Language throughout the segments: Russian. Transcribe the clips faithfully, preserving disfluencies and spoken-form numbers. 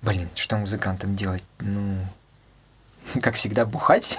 Блин, что музыкантам делать? Ну, как всегда, бухать.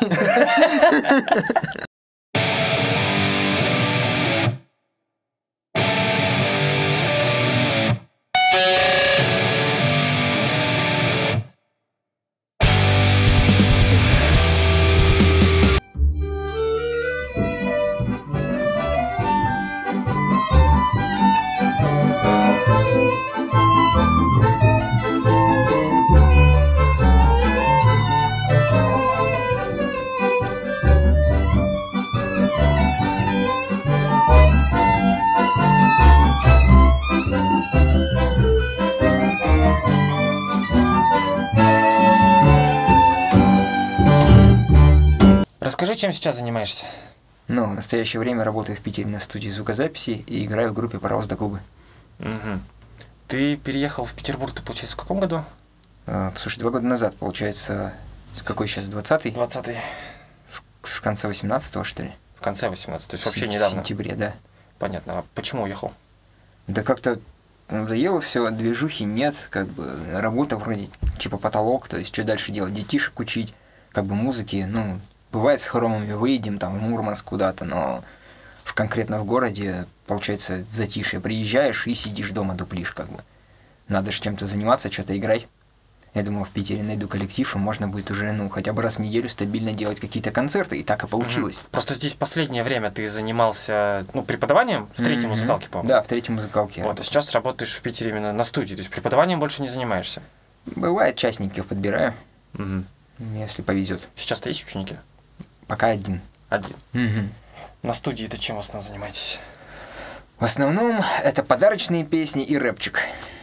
Расскажи, чем сейчас занимаешься? Ну, в настоящее время работаю в Питере на студии звукозаписи и играю в группе «Паровоз до Кубы». Угу. Ты переехал в Петербург, ты, получается, в каком году? А, слушай, два года назад, получается, с какой сейчас, двадцатый? Двадцатый. В, в конце восемнадцатого, что ли? В конце восемнадцатого, то есть вообще в недавно? В сентябре, да. Понятно. А почему уехал? Да как-то надоело все, движухи нет, как бы работа вроде типа потолок, то есть что дальше делать, детишек учить, как бы музыки, ну, бывает с хоромами выедем там в Мурманск куда-то, но в, конкретно в городе, получается, затишье, приезжаешь и сидишь дома, дуплишь как бы. Надо же чем-то заниматься, что-то играть. Я думал, в Питере найду коллектив, и можно будет уже, ну, хотя бы раз в неделю стабильно делать какие-то концерты, и так и получилось. Угу. Просто здесь последнее время ты занимался, ну, преподаванием в третьей угу. музыкалке, по-моему. Да, в третьей музыкалке. Вот, а сейчас работаешь в Питере именно на студии, то есть преподаванием больше не занимаешься? Бывает, частников подбираю, угу. если повезет. Сейчас-то есть ученики? Пока один. Один. Угу. На студии-то чем в основном занимаетесь? В основном это подарочные песни и рэпчик,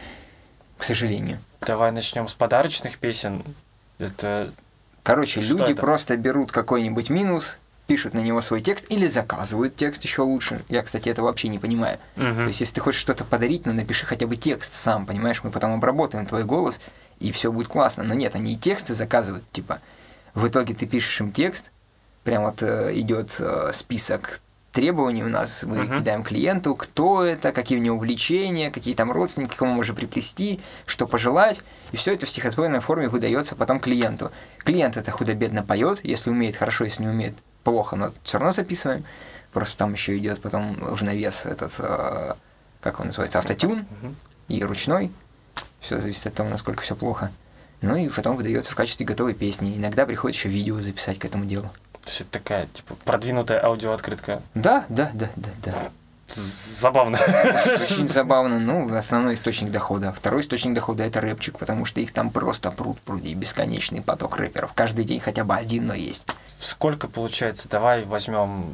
к сожалению. Давай начнем с подарочных песен. Это... Короче, Что люди это? просто берут какой-нибудь минус, пишут на него свой текст или заказывают текст еще лучше. Я, кстати, это вообще не понимаю. Угу. То есть, если ты хочешь что-то подарить, ну напиши хотя бы текст сам, понимаешь? Мы потом обработаем твой голос, и все будет классно. Но нет, они и тексты заказывают, типа. В итоге ты пишешь им текст, прям вот э, идет э, список требований у нас, мы uh-huh. кидаем клиенту, кто это, какие у него увлечения, какие там родственники, кому можно приплести, что пожелать, и все это в стихотворной форме выдается потом клиенту. Клиент это худо-бедно поет, если умеет хорошо, если не умеет плохо, но все равно записываем. Просто там еще идет потом в навес этот, э, как он называется, автотюн uh-huh. и ручной. Все зависит от того, насколько все плохо. Ну и потом выдается в качестве готовой песни. Иногда приходит еще видео записать к этому делу. То есть это такая, типа, продвинутая аудиооткрытка. Да, да, да, да, да. Забавно. Очень забавно. Ну, основной источник дохода. Второй источник дохода – это рэпчик, потому что их там просто пруд-пруди, бесконечный поток рэперов. Каждый день хотя бы один, но есть. Сколько получается? Давай возьмем.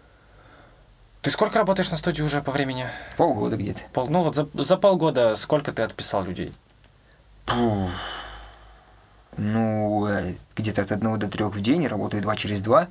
Ты сколько работаешь на студии уже по времени? Полгода где-то. Пол... Ну вот за, за полгода сколько ты отписал людей? Пух. Ну, где-то от одного до трех в день, работаю два через два.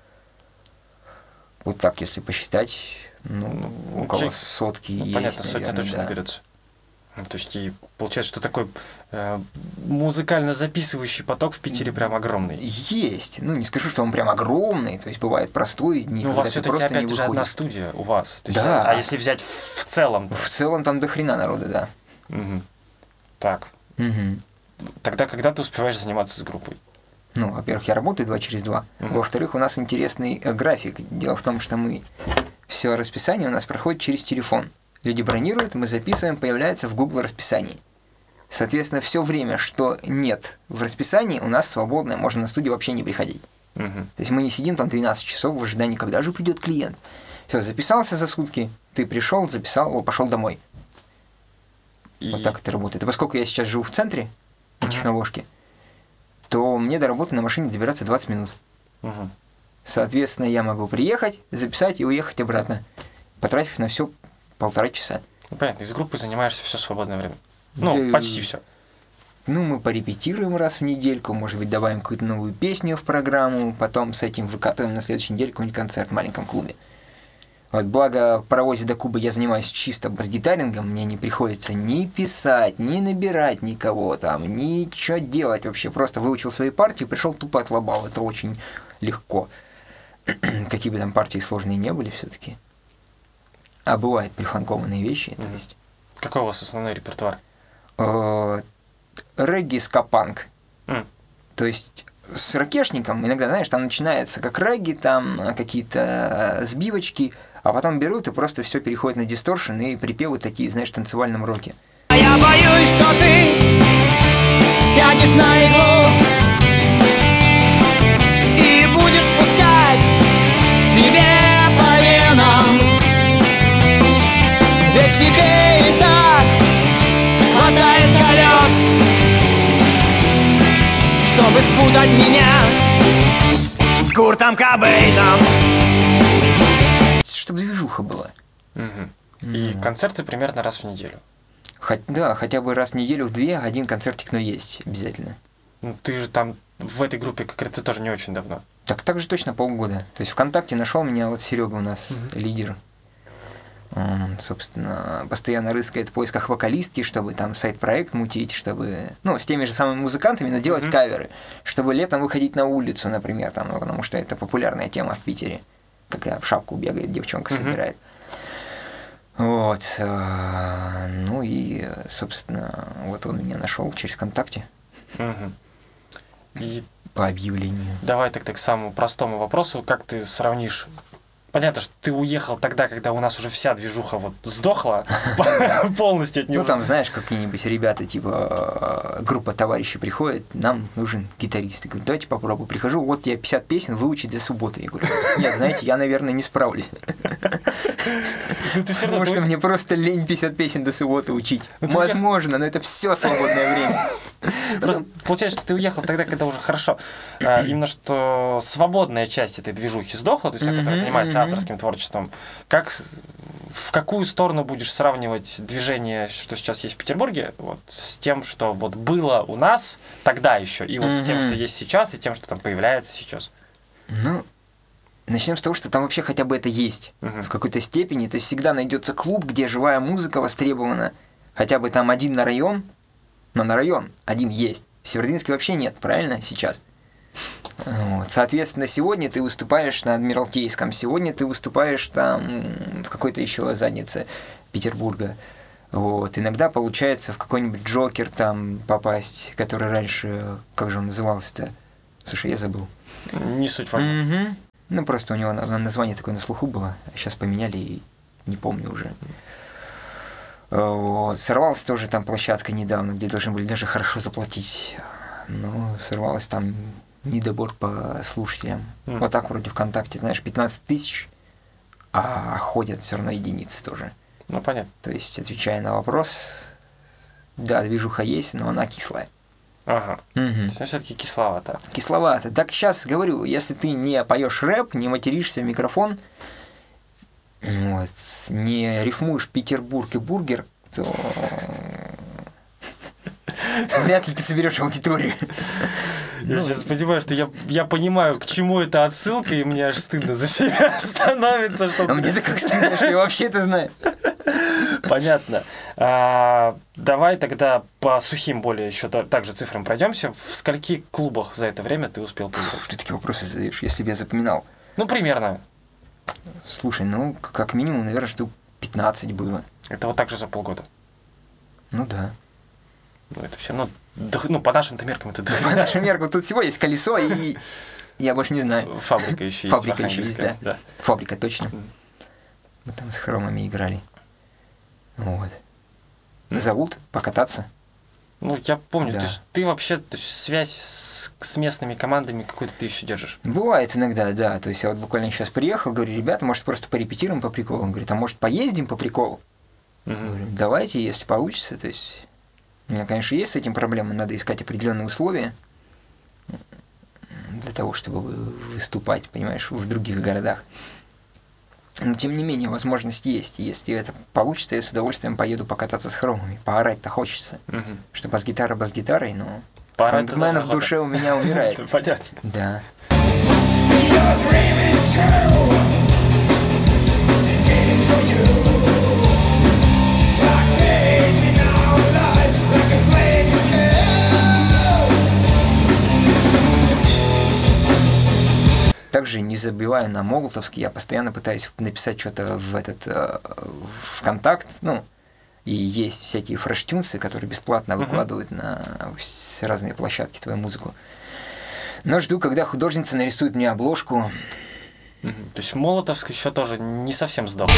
Вот так, если посчитать, ну, ну около чек... сотки ну, есть, понятно, наверное, сотня точно да. наберется. То есть, и получается, что такой э, музыкально записывающий поток в Питере прям огромный. Есть. Ну, не скажу, что он прям огромный. То есть, бывает простой, не ну, у вас все-таки опять же одна студия у вас. То есть, да. А если взять в целом? -то? В целом там до хрена народа, да. Угу. Так. Угу. Тогда когда ты успеваешь заниматься с группой? Ну, во-первых, я работаю два через два. Uh-huh. Во-вторых, у нас интересный э, график. Дело в том, что мы все расписание у нас проходит через телефон. Люди бронируют, мы записываем, появляется в Google расписании. Соответственно, все время, что нет в расписании, у нас свободное, можно на студию вообще не приходить. Uh-huh. То есть мы не сидим там двенадцать часов в ожидании, когда же придет клиент. Все, записался за сутки, ты пришел, записал, пошел домой. И... Вот так это работает. И поскольку я сейчас живу в центре, на Техноложке, то мне до работы на машине добираться двадцать минут. Uh-huh. Соответственно, я могу приехать, записать и уехать обратно, потратив на все полтора часа. Ну, понятно, из группы занимаешься все свободное время. Ну, да, почти все. Ну, мы порепетируем раз в недельку, может быть, добавим какую-то новую песню в программу, потом с этим выкатываем на следующей неделе какой-нибудь концерт в маленьком клубе. Вот, благо, в «Паровозе до Кубы» я занимаюсь чисто бас-гитарингом, мне не приходится ни писать, ни набирать никого там, ничего делать вообще. Просто выучил свои партии, пришел тупо отлобал. Это очень легко. Какие бы там партии сложные не были все-таки. А бывают прифанкованные вещи, то есть. Какой у вас основной репертуар? регги-скапанк. Mm. То есть с ракешником иногда, знаешь, там начинается как регги, там какие-то сбивочки, а потом берут и просто все переходит на дисторшн и припевы такие, знаешь, в танцевальном роке. Я боюсь, что ты сядешь на иглу и будешь пускать себе по венам. Ведь тебе и так хватает колес, чтобы спутать меня с Куртом Кобейном. Чтобы движуха была. Угу. И Ну. концерты примерно раз в неделю. Хоть, да, хотя бы раз в неделю, в две, один концертик, но есть обязательно. Ну, ты же там в этой группе, как говорится, тоже не очень давно. Так, так же точно полгода. То есть ВКонтакте нашел меня вот Серега у нас, Мгм. лидер. Он, собственно, постоянно рыскает в поисках вокалистки, чтобы там сайт-проект мутить, чтобы, ну, с теми же самыми музыкантами, но делать Мгм. каверы, чтобы летом выходить на улицу, например, там, ну, потому что это популярная тема в Питере, когда в шапку бегает девчонка, Мгм. собирает. Вот. э, Ну и, собственно, вот он меня нашел через ВКонтакте Угу. И по объявлению. давай тогда к самому простому вопросу. Как ты сравнишь... Понятно, что ты уехал тогда, когда у нас уже вся движуха вот сдохла полностью от него. Ну, там, знаешь, какие-нибудь ребята, типа, э, группа товарищей приходит, нам нужен гитарист. Я говорю, давайте попробую. Прихожу, вот тебе пятьдесят песен выучить до субботы. Я говорю, нет, знаете, я, наверное, не справлюсь. Ну, ты всё равно- Потому что ты- мне просто лень пятьдесят песен до субботы учить. Ну, ты Возможно, но это все свободное время. Просто получается, что ты уехал тогда, когда уже хорошо. А, именно что свободная часть этой движухи сдохла, то есть, та, которая Мгм, занимается мгм. авторским творчеством. Как, с- в какую сторону будешь сравнивать движение, что сейчас есть в Петербурге, вот, с тем, что вот было у нас тогда еще, и вот с тем, Мгм. что есть сейчас, и тем, что там появляется сейчас? Ну, начнем с того, что там вообще хотя бы это есть. Мгм. В какой-то степени. То есть всегда найдется клуб, где живая музыка востребована. Хотя бы там один на район, но на район один есть. В Северодвинске вообще нет, правильно, сейчас? Вот. Соответственно, сегодня ты выступаешь на Адмиралтейском, сегодня ты выступаешь там в какой-то еще заднице Петербурга. Вот. Иногда получается в какой-нибудь Джокер там попасть, который раньше, как же он назывался-то? Слушай, я забыл. Не суть важна. Мгм. Ну, просто у него на- название такое на слуху было, а сейчас поменяли и не помню уже. Вот. Сорвалась тоже там площадка недавно, где должны были даже хорошо заплатить. Но сорвалась там недобор по слушателям. Мгм. Вот так вроде ВКонтакте, знаешь, пятнадцать тысяч, а ходят все равно единицы тоже. Ну, понятно. То есть, отвечая на вопрос, да, движуха есть, но она кислая. Ага. То Мгм. есть, все-таки кисловато. Кисловато. Так сейчас говорю, если ты не поешь рэп, не материшься в микрофон, вот, не рифмуешь Петербург и бургер, то вряд ли ты соберешь аудиторию. Я Ну, сейчас понимаю, что я, я понимаю, к чему это отсылка, и мне аж стыдно за себя становится, что... А мне-то как стыдно, что я вообще это знаю. Понятно. А, давай тогда по сухим более еще та- также цифрам пройдемся. В скольки клубах за это время ты успел поиграть? Ты такие вопросы задаешь, если бы я запоминал. Ну, примерно. Слушай, ну, к- как минимум, наверное, штук пятнадцать было. Это вот так же за полгода. Ну да. Ну, это все, ну, до- ну по нашим-то меркам это По дохрена. нашим меркам тут всего есть колесо, и я больше не знаю. Фабрика еще есть. Фабрика в еще есть, Архангельске, да. Фабрика, точно. Мгм. Мы там с хромами играли. Вот. Мгм. Зовут покататься. Ну, я помню, Да. то есть ты вообще то есть, связь с, с местными командами какую-то ты еще держишь. Бывает иногда, да. То есть я вот буквально сейчас приехал, говорю, ребята, может, просто порепетируем по приколу? Он говорит, а может, поездим по приколу? Мгм. Говорю, давайте, если получится. То есть у меня, конечно, есть с этим проблемы, надо искать определенные условия для того, чтобы вы- выступать, понимаешь, в других городах. Но, тем не менее, возможность есть. И если это получится, я с удовольствием поеду покататься с хромами. Поорать-то хочется. Мгм. Что бас-гитара бас-гитарой, но Поорать-то фронтмен даже в душе у меня умирает. Это понятно. Да. Также не забиваю на Молотовский, я постоянно пытаюсь написать что-то в этот э, в ВКонтакт, ну, И есть всякие фреш-тюнсы, которые бесплатно Мгм. выкладывают на вс- разные площадки твою музыку. Но жду, когда художница нарисует мне обложку. Мгм. То есть Молотовск еще тоже не совсем сдох.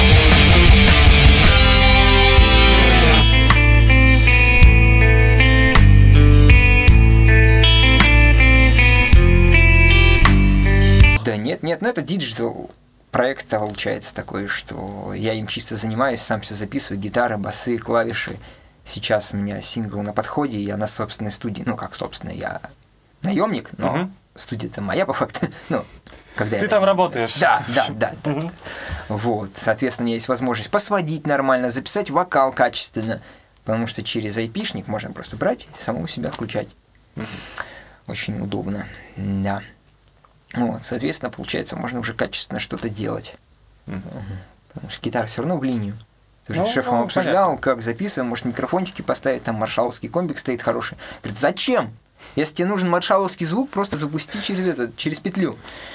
Да нет, нет, ну это диджитал проект получается такой, что я им чисто занимаюсь, сам все записываю, гитара, басы, клавиши. Сейчас у меня сингл на подходе, я на собственной студии, ну как собственно, я наемник, но Мгм. студия-то моя по факту. Ну, когда Ты я- там работаешь. Да, да, да. да. Мгм. Вот, соответственно, у меня есть возможность посводить нормально, записать вокал качественно, потому что через айпишник можно просто брать и самому себя включать. Мгм. Очень удобно, да. Вот, соответственно, получается, можно уже качественно что-то делать. Мгм. Потому что гитара все равно в линию. Ты же Ну, с шефом ну, обсуждал, как записываем, может, микрофончики поставить, там маршаловский комбик стоит хороший. Говорит, зачем? Если тебе нужен маршаловский звук, просто запусти через этот, через петлю.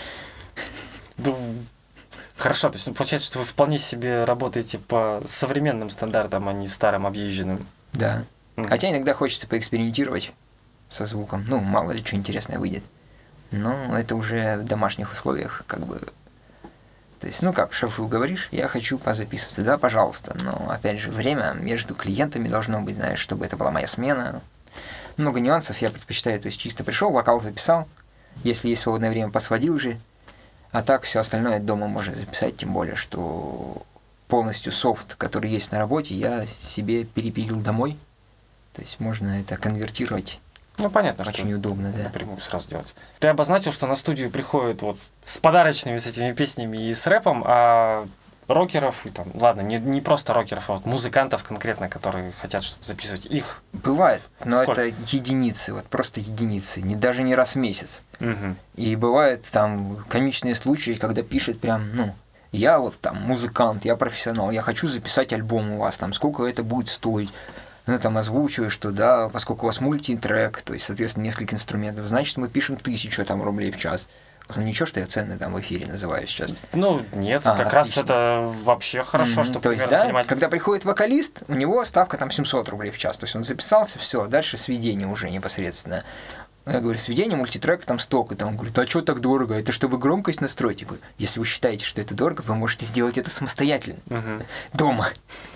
Да, хорошо, то есть ну, получается, что вы вполне себе работаете по современным стандартам, а не старым объезженным. Да. Мгм. Хотя иногда хочется поэкспериментировать со звуком. Ну, мало ли что интересное выйдет. Но это уже в домашних условиях, как бы. То есть, ну как, шефу говоришь, я хочу позаписываться, да, пожалуйста. Но опять же, время между клиентами должно быть, знаешь, чтобы это была моя смена. Много нюансов я предпочитаю, то есть чисто пришел, вокал записал, если есть свободное время, посводил же. А так все остальное дома можно записать, тем более, что полностью софт, который есть на работе, я себе перепилил домой. То есть можно это конвертировать. Ну, понятно, Очень что удобно, да. напрямую сразу делать. Ты обозначил, что на студию приходят вот с подарочными с этими песнями и с рэпом, а рокеров, и там, ладно, не, не просто рокеров, а вот музыкантов конкретно, которые хотят что-то записывать, их. Бывает, но Сколько? это единицы, вот просто единицы, не, даже не раз в месяц. Мгм. И бывают там комичные случаи, когда пишет прям, ну, я вот там музыкант, я профессионал, я хочу записать альбом у вас, там, сколько это будет стоить. Ну, там озвучиваю, что да, поскольку у вас мультитрек, то есть, соответственно, несколько инструментов, значит, мы пишем тысячу там рублей в час. Ну, ничего, что я цены там в эфире называю сейчас. Ну, нет, А, как раз отлично. это вообще хорошо, Мгм. что То есть, примерно да, понимать. когда приходит вокалист, у него ставка там семьсот рублей в час. То есть он записался, все, дальше сведение уже непосредственно. Я говорю, сведение, мультитрек, там столько. Там он говорит, а что так дорого? Это чтобы громкость настроить? Я говорю, если вы считаете, что это дорого, вы можете сделать это самостоятельно, Мгм. дома.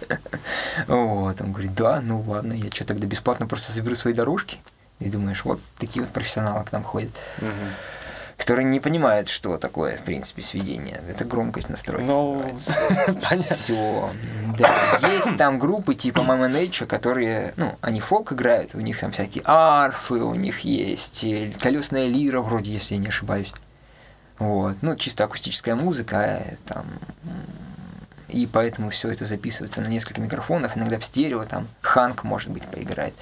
Вот, он говорит, да, ну ладно, я что, тогда бесплатно просто заберу свои дорожки? И думаешь, вот такие вот профессионалы к нам ходят, Мгм. которые не понимают, что такое, в принципе, сведение. Это громкость настроить. Ну, понятно. Все. Да. Есть там группы типа Mama Nature, которые, ну, они фолк играют, у них там всякие арфы, у них есть колесная лира, вроде, если я не ошибаюсь. Вот. Ну, чисто акустическая музыка, э, там. И поэтому все это записывается на несколько микрофонов, иногда в стерео, там Ханк, может быть, поиграет.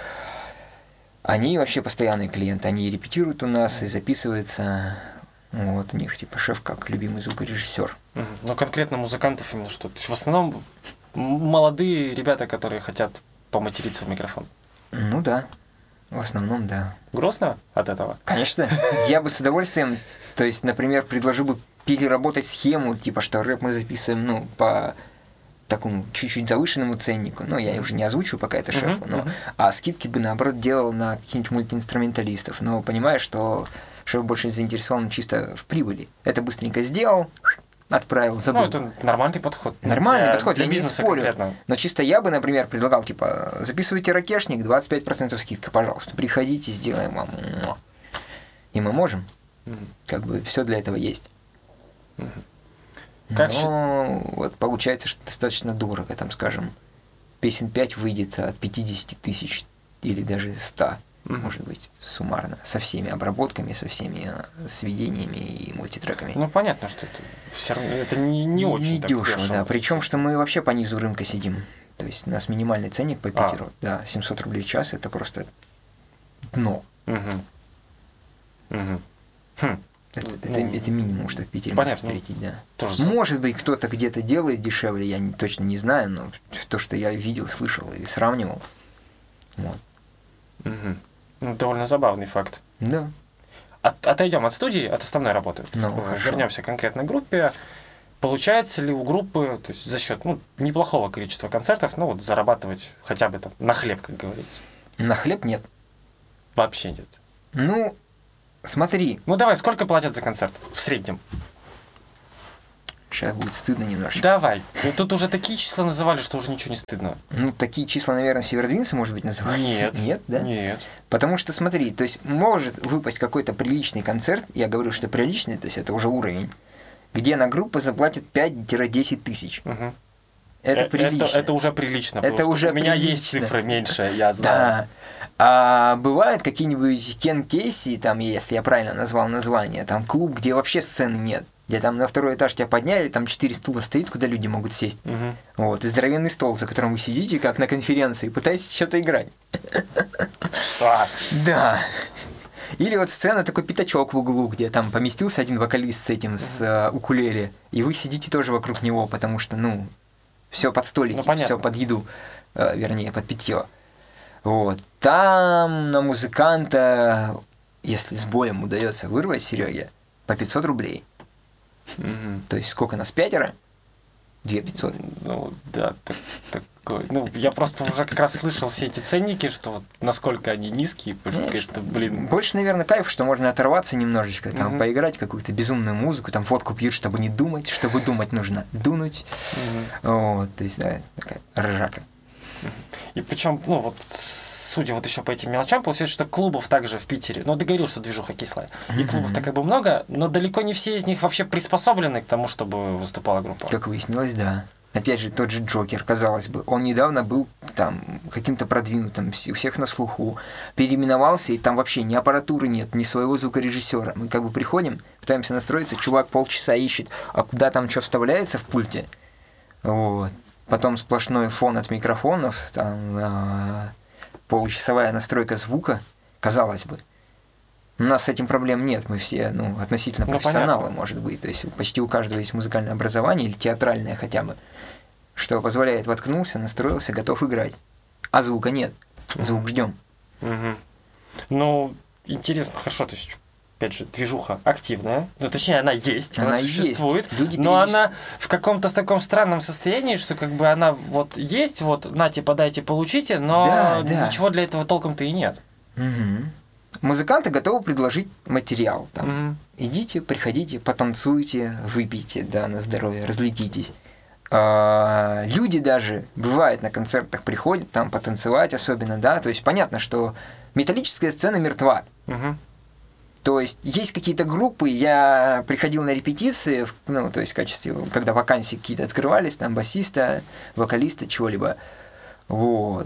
Они вообще постоянные клиенты, они и репетируют у нас, и записываются. Вот, у них типа шеф как любимый звукорежиссер. Мгм. Ну, конкретно музыкантов именно что. То есть в основном м- молодые ребята, которые хотят поматериться в микрофон. Ну да, в основном да. Грустно от этого? Конечно, я бы с удовольствием, то есть, например, предложил бы переработать схему, типа, что рэп мы записываем, ну, по такому чуть-чуть завышенному ценнику. Ну, я уже не озвучу пока это шефу, Мгм, но... мгм. А скидки бы, наоборот, делал на каких-нибудь мультиинструменталистов. Но понимаешь, что шеф больше заинтересован чисто в прибыли. Это быстренько сделал, отправил, забыл. Ну, это нормальный подход. Нормальный Для- подход, для я не бизнеса спорю. конкретно. Но чисто я бы, например, предлагал, типа, записывайте ракешник, двадцать пять процентов скидка, пожалуйста, приходите, сделаем вам. Муа. И мы можем. Мгм. Как бы все для этого есть. Мгм. Как Но вот получается, что достаточно дорого, там, скажем, песен пять выйдет от пятьдесят тысяч или даже ста, Мгм. может быть, суммарно, со всеми обработками, со всеми э, сведениями и мультитреками. Ну, понятно, что это все равно это не, не очень так дешево, дешево. да. Причем, что мы вообще по низу рынка сидим. То есть у нас минимальный ценник по А. Питеру, да, семьсот рублей в час, это просто дно. Мгм. Мгм. Хм. Это, Ну, это, это минимум, что в Питере понятно. можно встретить, да. Тоже за- Может быть, кто-то где-то делает дешевле, я не- точно не знаю, но то, что я видел, слышал и сравнивал. Вот. Мгм. Ну, довольно забавный факт. Да. От, отойдем от студии, от основной работы. Ну, хорошо. Вернемся конкретно к группе. получается ли у группы, то есть за счет ну, неплохого количества концертов, ну вот зарабатывать хотя бы там на хлеб, как говорится? На хлеб нет. Вообще нет. Ну, смотри. Ну давай, сколько платят за концерт в среднем? Сейчас будет стыдно немножко. Давай. Ну, тут уже такие числа называли, что уже ничего не стыдно. Ну, такие числа, наверное, северодвинцы, может быть, называют? Нет. Нет, да? Нет. Потому что, смотри, то есть может выпасть какой-то приличный концерт, я говорю, что приличный, то есть это уже уровень, где на группу заплатят пять-десять тысяч. Угу. Это прилично. Это, это уже прилично. Это уже у меня прилично. есть цифра меньше, я знаю. Да. А бывают какие-нибудь Кен Кейси, там, если я правильно назвал название, там клуб, где вообще сцены нет. Где там на второй этаж тебя подняли, там четыре стула стоит, куда люди могут сесть. Угу. Вот, и здоровенный стол, за которым вы сидите, как на конференции, пытаетесь что-то играть. Да. Или вот сцена, такой пятачок в углу, где там поместился один вокалист с этим, с э, укулеле, и вы сидите тоже вокруг него, потому что, ну, все под столики, ну, все под еду, э, вернее, под питье. Вот. Там на музыканта, если с боем удается вырвать Сереге, по пятьсот рублей. Угу. То есть сколько нас, пятеро? Две пятьсот. Ну, да, так, такой. Ну, я просто уже как раз слышал все эти ценники, что вот насколько они низкие, потому что, конечно, блин... Больше, наверное, кайф, что можно оторваться немножечко, там, Мгм. поиграть какую-то безумную музыку, там, водку пьют, чтобы не думать, чтобы думать нужно дунуть. Мгм. Вот, то есть, да, такая ржака. И причем, ну, вот судя вот еще по этим мелочам, получается, что клубов также в Питере, ну, ты говорил, что движуха кислая, и клубов-то как бы много, но далеко не все из них вообще приспособлены к тому, чтобы выступала группа. Как выяснилось, да. Опять же, тот же Джокер, казалось бы, он недавно был там каким-то продвинутым, у всех на слуху, переименовался, и там вообще ни аппаратуры нет, ни своего звукорежиссера. Мы как бы приходим, пытаемся настроиться, чувак полчаса ищет, а куда там что вставляется в пульте, вот. Потом сплошной фон от микрофонов, там а, получасовая настройка звука, казалось бы. У нас с этим проблем нет, мы все ну, относительно Ну, профессионалы, понятно. может быть. То есть почти у каждого есть музыкальное образование или театральное хотя бы, что позволяет воткнулся, настроился, готов играть. А звука нет. Звук ждем. Мгм. Ну, интересно, хорошо, то есть, опять же, движуха активная, ну, точнее, она есть, она, Она существует, есть. Люди но периодически- она в каком-то таком странном состоянии, что как бы она вот есть, вот, нате, подайте, получите, но Да, да. ничего для этого толком-то и нет. Мгм. Музыканты готовы предложить материал. Там. Мгм. Идите, приходите, потанцуйте, выпейте, да, на здоровье, развлекитесь. А, люди даже, бывает, на концертах приходят там потанцевать особенно, да, то есть понятно, что металлическая сцена мертва. Мгм. То есть есть какие-то группы, я приходил на репетиции, в- ну, то есть в качестве, когда вакансии какие-то открывались, там басиста, вокалиста, чего-либо. Вот.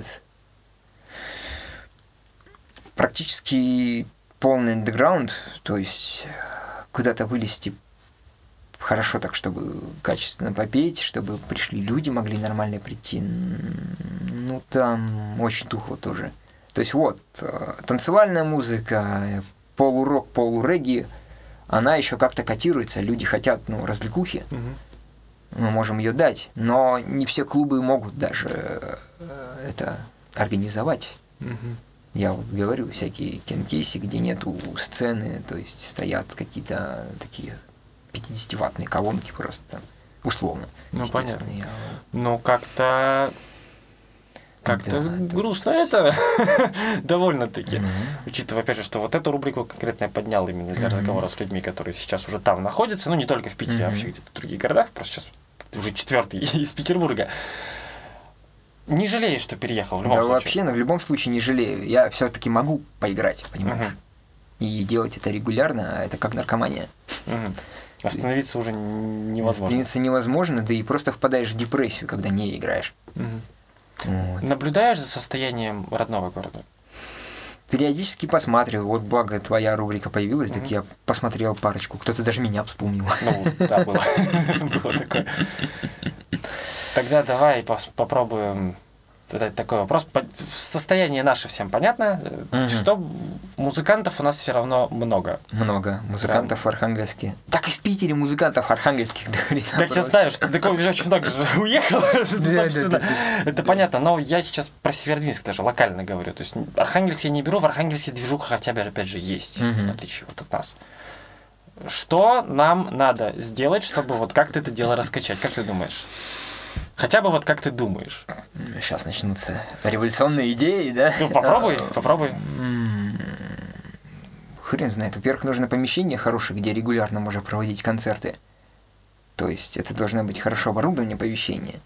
Практически полный андеграунд, то есть куда-то вылезти хорошо так, чтобы качественно попеть, чтобы пришли люди, могли нормально прийти. Ну, там очень тухло тоже. То есть вот, э, танцевальная музыка, полурок, полурегги, она еще как-то котируется, люди хотят, ну, развлекухи, Мгм. мы можем ее дать, но не все клубы могут даже э, это организовать. Мгм. Я вот говорю, всякие кенкейси, где нету сцены, то есть стоят какие-то такие пятидесятиваттные колонки просто там, условно. Ну, естественно. понятно. Я- Ну, как-то... Как-то Да, да. грустно это, довольно-таки. Ну, Учитывая, опять же, что вот эту рубрику конкретно я поднял именно для Мгм. разговора с людьми, которые сейчас уже там находятся, ну, не только в Питере, а Мгм. вообще где-то в других городах, просто сейчас уже четвертый из Петербурга. Не жалеешь, что переехал в любом да случае? вообще, но в любом случае не жалею. Я все-таки могу поиграть, понимаешь? Мгм. И делать это регулярно, а это как наркомания. Мгм. Остановиться уже н- невозможно. Остановиться невозможно, да и просто впадаешь в депрессию, когда не играешь. Мгм. Вот. Наблюдаешь за состоянием родного города? Периодически посматриваю. Вот благо твоя рубрика появилась, так Мгм. я посмотрел парочку. Кто-то даже меня вспомнил. Ну, да, было. Было такое. Тогда давай пос- попробуем задать такой вопрос. По- Состояние наше всем понятно, Мгм. что музыкантов у нас все равно много. Много музыкантов архангельских. Так и в Питере музыкантов архангельских до хрена Так я просто. знаю, что такое очень много же уехало, Да, собственно. да, да, Это понятно, но я сейчас про Северодвинск даже локально говорю. То есть Архангельск я не беру, в Архангельске движуха хотя бы, опять же, есть, Мгм. в отличие вот от нас. что нам надо сделать, чтобы вот как-то это дело раскачать? Как ты думаешь? Хотя бы вот как ты думаешь. Сейчас начнутся революционные идеи, да? Ну, попробуй, попробуй. Хрен знает. Во-первых, нужно помещение хорошее, где регулярно можно проводить концерты. То есть это должно быть хорошо оборудованное помещение.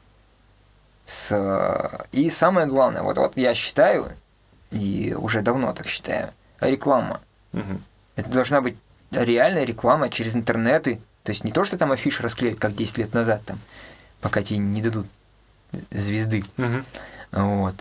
С... И самое главное, вот, вот я считаю, и уже давно так считаю, реклама. Угу. Это должна быть реальная реклама через интернеты. То есть не то, что там афиши расклеят, как десять лет назад, там, пока тебе не дадут звезды. Угу. Вот.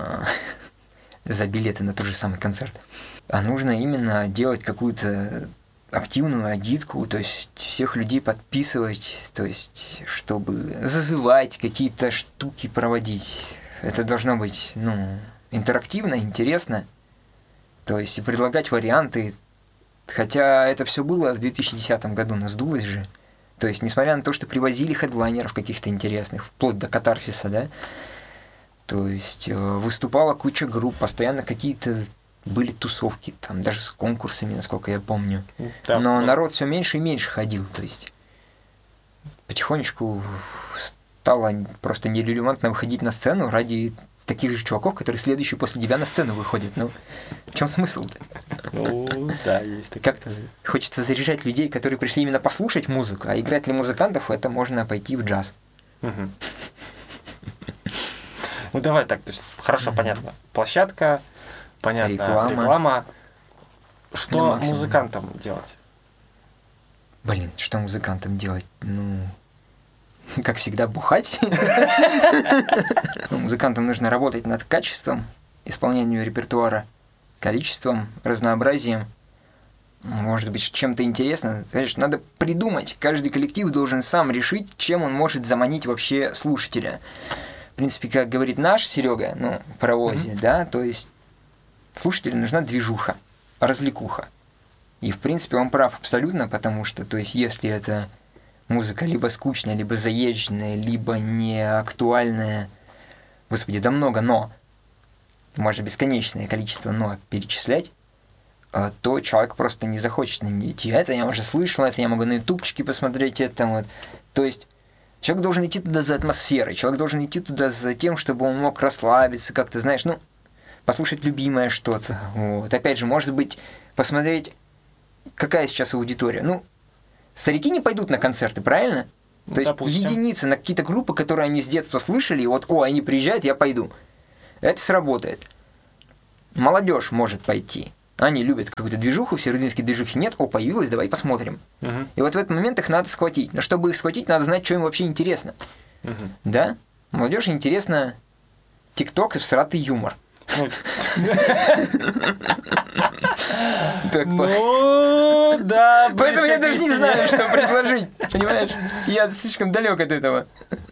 За билеты на тот же самый концерт. А нужно именно делать какую-то активную агитку, то есть всех людей подписывать, то есть чтобы зазывать, какие-то штуки проводить. Это должно быть, ну, интерактивно, интересно. То есть и предлагать варианты. Хотя это все было в две тысячи десятом году, но сдулось же. То есть, несмотря на то, что привозили хедлайнеров каких-то интересных, вплоть до Катарсиса, да, то есть выступала куча групп, постоянно какие-то были тусовки, там даже с конкурсами, насколько я помню. Да, но ну... народ все меньше и меньше ходил, то есть потихонечку стало просто нерелевантно выходить на сцену ради таких же чуваков, которые следующие после тебя на сцену выходят. Ну, в чем смысл-то? Ну, да, есть такие. Как-то хочется заряжать людей, которые пришли именно послушать музыку, а играть для музыкантов это можно пойти в джаз. Угу. Ну, давай так, то есть, хорошо, понятно. Площадка, понятно, реклама. реклама. Что музыкантам делать? Блин, что музыкантам делать? Ну, как всегда, бухать. Музыкантам нужно работать над качеством исполнения репертуара, количеством, разнообразием. Может быть, чем-то интересно. Конечно, надо придумать. Каждый коллектив должен сам решить, чем он может заманить вообще слушателя. В принципе, как говорит наш Серега, ну, в паровозе, mm-hmm. да, то есть слушателю нужна движуха, развлекуха. И, в принципе, он прав абсолютно, потому что, то есть, если это музыка либо скучная, либо заезженная, либо не актуальная, господи, да много «но», можно бесконечное количество «но» перечислять, то человек просто не захочет на нее идти. Это я уже слышал, это я могу на ютубчике посмотреть, это вот. То есть, человек должен идти туда за атмосферой, человек должен идти туда за тем, чтобы он мог расслабиться, как-то, знаешь, ну, послушать любимое что-то. Вот. Опять же, может быть, посмотреть, какая сейчас аудитория. Ну, старики не пойдут на концерты, правильно? Ну, то есть допустим. единицы на какие-то группы, которые они с детства слышали, и вот, о, они приезжают, я пойду. Это сработает. Молодежь может пойти. Они любят какую-то движуху, все рудинские движухи нет, о, появилась, давай посмотрим. Uh-huh. И вот в этот момент их надо схватить. Но чтобы их схватить, надо знать, что им вообще интересно. Uh-huh. Да? Молодежи интересно ТикТок и всратый юмор. Ну, да. Поэтому я даже не знаю, что предложить. Понимаешь? Я слишком далек от этого.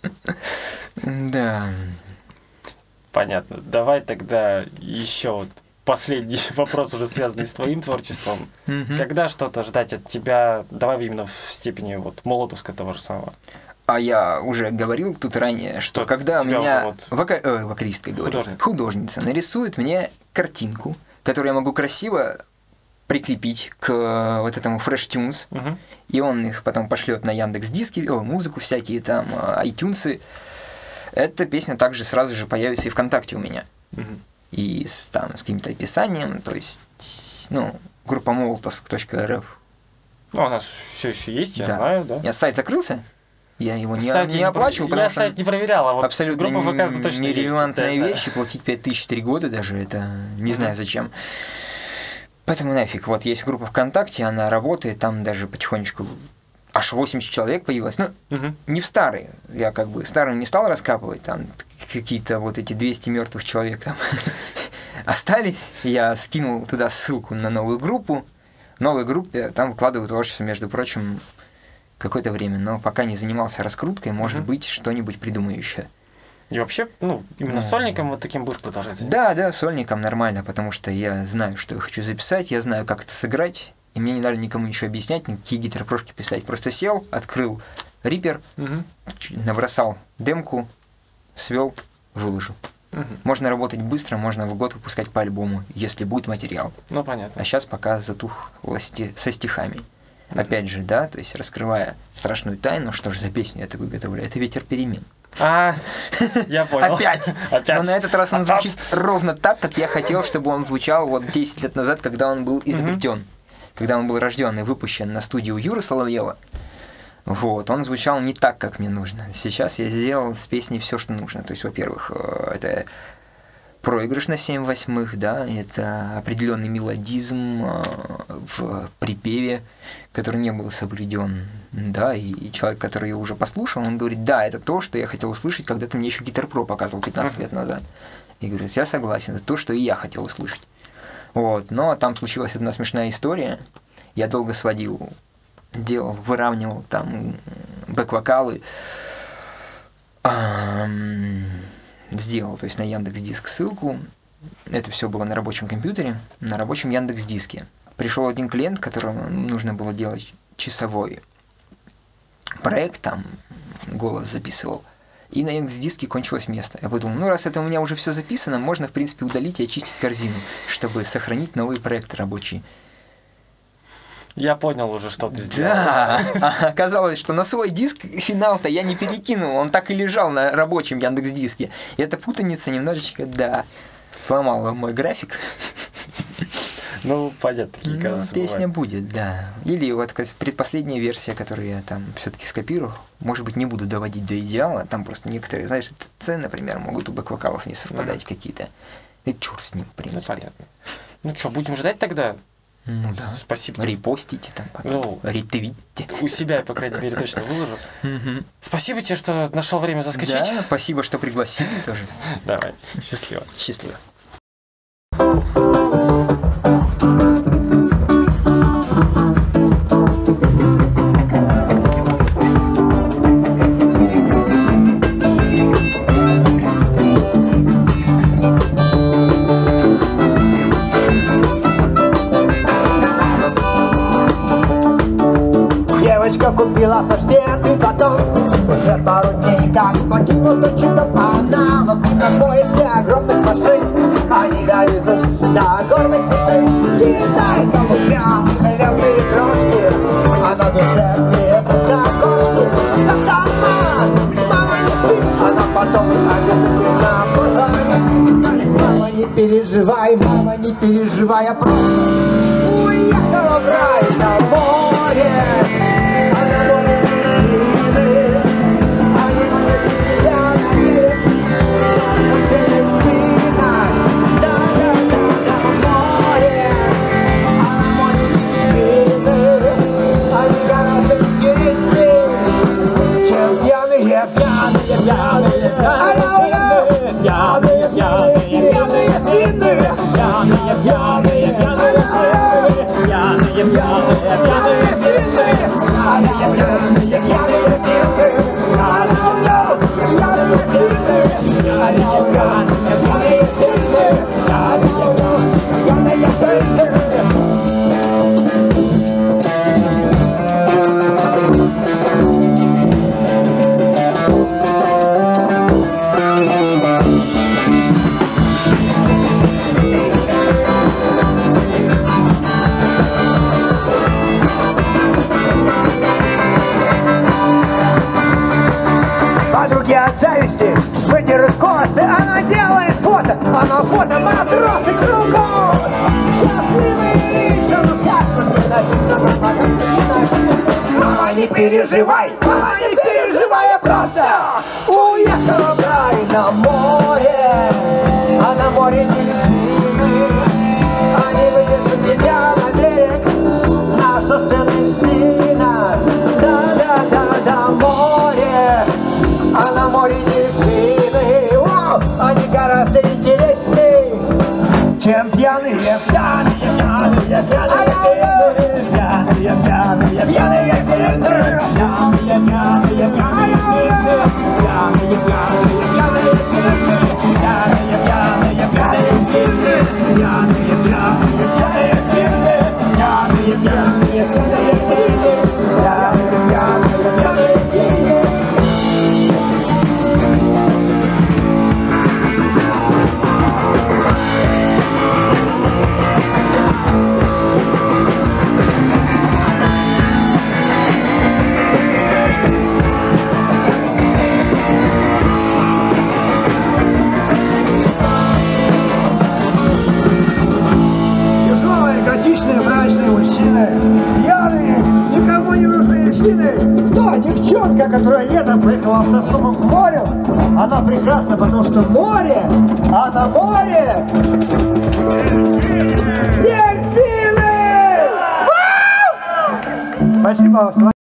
Да. Понятно. Давай тогда еще вот последний вопрос, уже связанный с твоим творчеством. Mm-hmm. Когда что-то ждать от тебя, давай именно в степени вот молотовского того же самого. А я уже говорил тут ранее, что, что когда у меня вот... вока... э, вокалистка, говорю, Художник. художница нарисует мне картинку, которую я могу красиво прикрепить к вот этому Fresh Tunes, uh-huh. и он их потом пошлет на Яндекс.Диски, о, музыку всякие там, iTunes, эта песня также сразу же появится и ВКонтакте у меня. Uh-huh. И с, там, с каким-то описанием, то есть, ну, группа молотовск точка эр эф. Ну, у нас все еще есть, я да. знаю, да. Я сайт закрылся, я его не, сайт не оплачивал, потому я что... Я сайт не проверял, а вот абсолютно группа ВК точно нерелевантная есть, вещь, и платить пять тысяч три года даже, это не mm-hmm. знаю зачем. Поэтому нафиг, вот есть группа ВКонтакте, она работает, там даже потихонечку аж восемьдесят человек появилось. Ну, mm-hmm. не в старые, я как бы старые не стал раскапывать, там какие-то вот эти двести мертвых человек там остались. Я скинул туда ссылку на новую группу. В новой группе там выкладываю творчество, между прочим, какое-то время, но пока не занимался раскруткой, может mm-hmm. быть, что-нибудь придумающее. И вообще, ну, именно ну, сольником вот таким будешь продолжать заниматься? Да, да, сольником нормально, потому что я знаю, что я хочу записать, я знаю, как это сыграть, и мне не надо никому ничего объяснять, никакие гитаропрошки писать. Просто сел, открыл Reaper, угу. набросал демку, свел, выложил. Угу. Можно работать быстро, можно в год выпускать по альбому, если будет материал. Ну, понятно. А сейчас пока затухло со стихами. опять же, да, то есть раскрывая страшную тайну, что же за песню я такую готовлю, это «Ветер перемен». А, я понял. Опять. Опять. Но на этот раз он звучит ровно так, как я хотел, чтобы он звучал вот десять лет назад, когда он был изобретен, mm-hmm. когда он был рожден и выпущен на студию Юры Соловьева. Вот, он звучал не так, как мне нужно. Сейчас я сделал с песней все, что нужно. То есть, во-первых, это проигрыш на семь восьмых, да, это определенный мелодизм в припеве, который не был соблюден, да, и человек, который ее уже послушал, он говорит, да, это то, что я хотел услышать, когда ты мне еще Guitar Pro показывал пятнадцать лет назад. И говорит, я согласен, это то, что и я хотел услышать. Вот, но там случилась одна смешная история, я долго сводил, делал, выравнивал там бэк-вокалы, сделал, то есть на Яндекс.Диск ссылку. Это все было на рабочем компьютере, на рабочем Яндекс.Диске. Пришел один клиент, которому нужно было делать часовой проект, там голос записывал, и на Яндекс.Диске кончилось место. Я подумал, ну раз это у меня уже все записано, можно в принципе удалить и очистить корзину, чтобы сохранить новые проекты рабочие. Я понял уже, что ты сделал. Да, а оказалось, что на свой диск финал-то я не перекинул, он так и лежал на рабочем Яндекс.Диске. И эта путаница немножечко, да, сломала мой график. Ну, понятно, такие казусы ну, песня бывают. будет, да. Или вот предпоследняя версия, которую я там все-таки скопировал, может быть, не буду доводить до идеала, там просто некоторые, знаешь, цены, например, могут у бэк-вокалов не совпадать mm-hmm. какие-то. И чур с ним, в принципе. Ну, понятно. Ну что, будем ждать тогда? Ну да. Спасибо. Репостите там потом, ну, ретвитите. У себя я, по крайней мере, точно выложу. Спасибо тебе, что нашел время заскочить. Да, спасибо, что пригласили тоже. Давай, счастливо. Счастливо. Девочка купила паштет и потом уже пару дней как покинул точно она. Вот на поиске огромных машин они довезут до горных вершин. Китайка, лукьян, хлебные крошки, а на душе скрепятся окошки. Когда мама, мама не спит, она потом обязательно позвонит и скажет, мама, не переживай, мама, не переживай, я просто уехала в рай на море. А на фото матросы кругом счастливые, все как подносится на ногах. Мама, не переживай, мама, не переживай, я просто уехала в рай на море. А на море не летит, они вынесут тебя на берег на собственных спинах. Да-да-да-да, море, а на море дельфины, о, они гораздо интересней, чем пьяные, пьяные, пьяные, пьяные, пьяные, пьяные, пьяные, пьяные, пьяные, невзрачные мужчины, пьяные, никому не нужные финны. То девчонка, которая летом приехала автостопом к морю, она прекрасна, потому что море, а на море дельфины! Спасибо.